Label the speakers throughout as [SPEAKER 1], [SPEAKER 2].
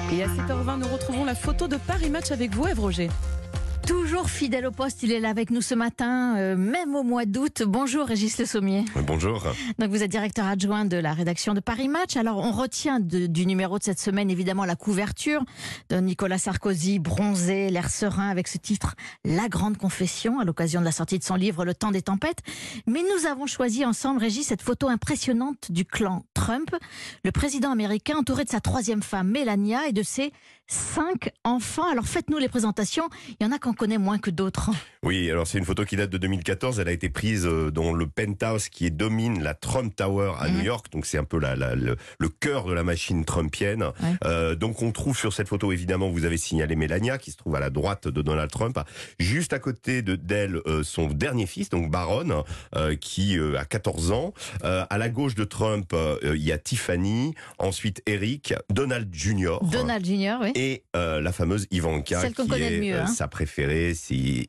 [SPEAKER 1] Et à 7h20, nous retrouvons la photo de Paris Match avec vous, Ève Roger.
[SPEAKER 2] Toujours fidèle au poste, il est là avec nous ce matin, même au mois d'août. Bonjour Régis Le Sommier.
[SPEAKER 3] Bonjour.
[SPEAKER 2] Donc vous êtes directeur adjoint de la rédaction de Paris Match. Alors on retient du numéro de cette semaine évidemment la couverture de Nicolas Sarkozy, bronzé, l'air serein avec ce titre La Grande Confession à l'occasion de la sortie de son livre Le Temps des Tempêtes. Mais nous avons choisi ensemble, Régis, cette photo impressionnante du clan Trump, le président américain entouré de sa troisième femme Melania et de ses 5 enfants. Alors faites-nous les présentations, il y en a qu'on connaît moins que d'autres.
[SPEAKER 3] Oui, alors c'est une photo qui date de 2014, elle a été prise dans le penthouse qui domine la Trump Tower à New York, donc c'est un peu le cœur de la machine trumpienne. Ouais. Donc on trouve sur cette photo, évidemment, vous avez signalé Melania, qui se trouve à la droite de Donald Trump, juste à côté d'elle, son dernier fils, donc Barron, qui a 14 ans. À la gauche de Trump, il y a Tiffany, ensuite Eric, Donald Jr.
[SPEAKER 2] Donald Jr., oui.
[SPEAKER 3] Et la fameuse Ivanka,
[SPEAKER 2] celle qu'on connaît le mieux,
[SPEAKER 3] sa préférée. Si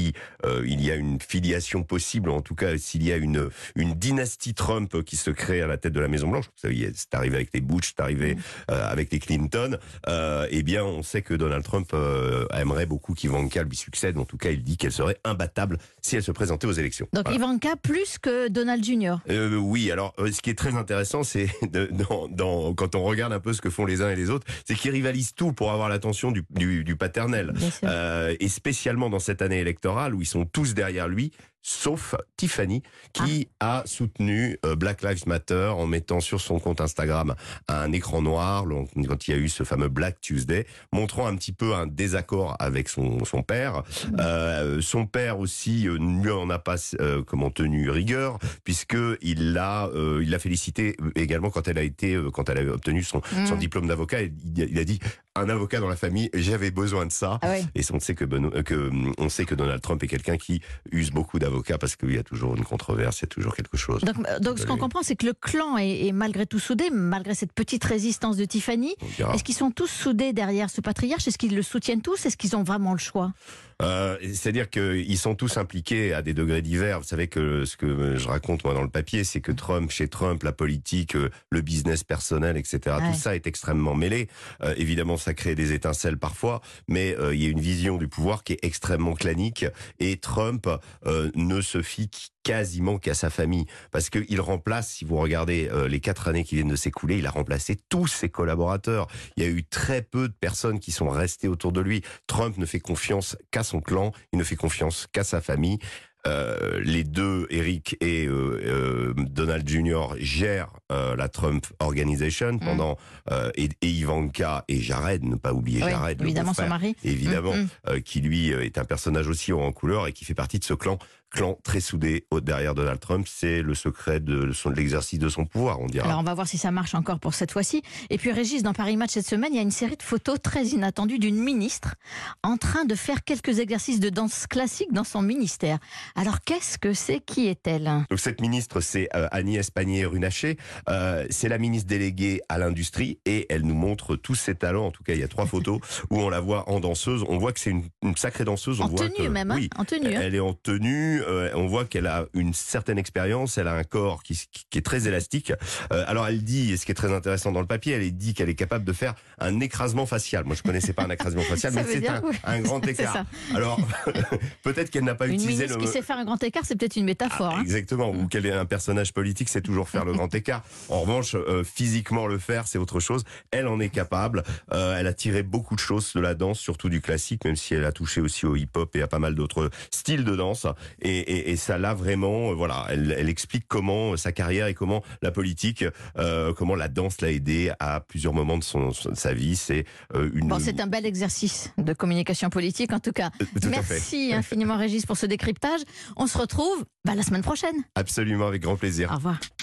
[SPEAKER 3] il y a une filiation possible, en tout cas s'il y a une dynastie Trump qui se crée à la tête de la Maison Blanche, vous savez, c'est arrivé avec les Bush, c'est arrivé avec les Clinton, eh bien on sait que Donald Trump aimerait beaucoup qu'Ivanka lui succède. En tout cas, il dit qu'elle serait imbattable si elle se présentait aux élections.
[SPEAKER 2] Donc voilà. Ivanka plus que Donald Jr.
[SPEAKER 3] Oui, alors ce qui est très intéressant, c'est quand on regarde un peu ce que font les uns et les autres, c'est qu'ils rivalisent tout pour avoir l'attention du paternel. Et spécialement dans cette année électorale où ils sont tous derrière lui, sauf Tiffany, qui a soutenu Black Lives Matter en mettant sur son compte Instagram un écran noir quand il y a eu ce fameux Black Tuesday, montrant un petit peu un désaccord avec son père. Son père aussi ne en a pas tenu rigueur, puisque il l'a félicité également quand elle a obtenu son diplôme d'avocat. Il a dit: un avocat dans la famille, j'avais besoin de ça. Et on sait que Donald Trump est quelqu'un qui use beaucoup d'avocats parce qu'il y a toujours une controverse, il y a toujours quelque chose.
[SPEAKER 2] Donc ce qu'on comprend, c'est que le clan est malgré tout soudé, malgré cette petite résistance de Tiffany. Est-ce qu'ils sont tous soudés derrière ce patriarche? Est-ce qu'ils le soutiennent tous? Est-ce qu'ils ont vraiment le choix?
[SPEAKER 3] C'est-à-dire qu'ils sont tous impliqués à des degrés divers. Vous savez que ce que je raconte moi dans le papier, c'est que chez Trump, la politique, le business personnel, etc., tout ça est extrêmement mêlé. Évidemment, ça crée des étincelles parfois, mais il y a une vision du pouvoir qui est extrêmement clanique, et Trump ne se fie quasiment qu'à sa famille, parce qu'il remplace, si vous regardez les 4 années qui viennent de s'écouler, il a remplacé tous ses collaborateurs. Il y a eu très peu de personnes qui sont restées autour de lui. Trump ne fait confiance qu'à son clan, il ne fait confiance qu'à sa famille. Les deux, Eric et Donald Jr., gèrent la Trump Organization pendant et Ivanka et Jared, ne pas oublier Jared,
[SPEAKER 2] évidemment son mari,
[SPEAKER 3] évidemment, qui lui est un personnage aussi haut en couleur et qui fait partie de ce clan très soudé derrière Donald Trump. C'est le secret de l'exercice de son pouvoir, on dira.
[SPEAKER 2] Alors on va voir si ça marche encore pour cette fois-ci. Et puis Régis, dans Paris Match cette semaine, il y a une série de photos très inattendues d'une ministre en train de faire quelques exercices de danse classique dans son ministère. Alors qu'est-ce que c'est? Qui est-elle?
[SPEAKER 3] Donc cette ministre, c'est Agnès Pannier-Runacher. C'est la ministre déléguée à l'industrie et elle nous montre tous ses talents. En tout cas, il y a 3 photos où on la voit en danseuse. On voit que c'est une sacrée danseuse.
[SPEAKER 2] En tenue même, hein?
[SPEAKER 3] Oui,
[SPEAKER 2] en tenue.
[SPEAKER 3] Elle est en tenue. On voit qu'elle a une certaine expérience. Elle a un corps qui est très élastique. Alors elle dit, et ce qui est très intéressant dans le papier, elle dit qu'elle est capable de faire un écrasement facial. Moi, je connaissais pas un écrasement facial, mais c'est un grand écart. Alors peut-être qu'elle n'a pas utilisé
[SPEAKER 2] qui sait faire un grand écart, c'est peut-être une métaphore.
[SPEAKER 3] Exactement. Ou qu'elle est un personnage politique, c'est toujours faire le grand écart. En revanche, physiquement le faire, c'est autre chose. Elle en est capable. Elle a tiré beaucoup de choses de la danse, surtout du classique, même si elle a touché aussi au hip-hop et à pas mal d'autres styles de danse. Et ça là vraiment, voilà, elle explique comment sa carrière et comment la politique, comment la danse l'a aidée à plusieurs moments de sa vie. C'est
[SPEAKER 2] c'est un bel exercice de communication politique en tout cas. Merci infiniment Régis pour ce décryptage. On se retrouve la semaine prochaine.
[SPEAKER 3] Absolument, avec grand plaisir.
[SPEAKER 2] Au revoir.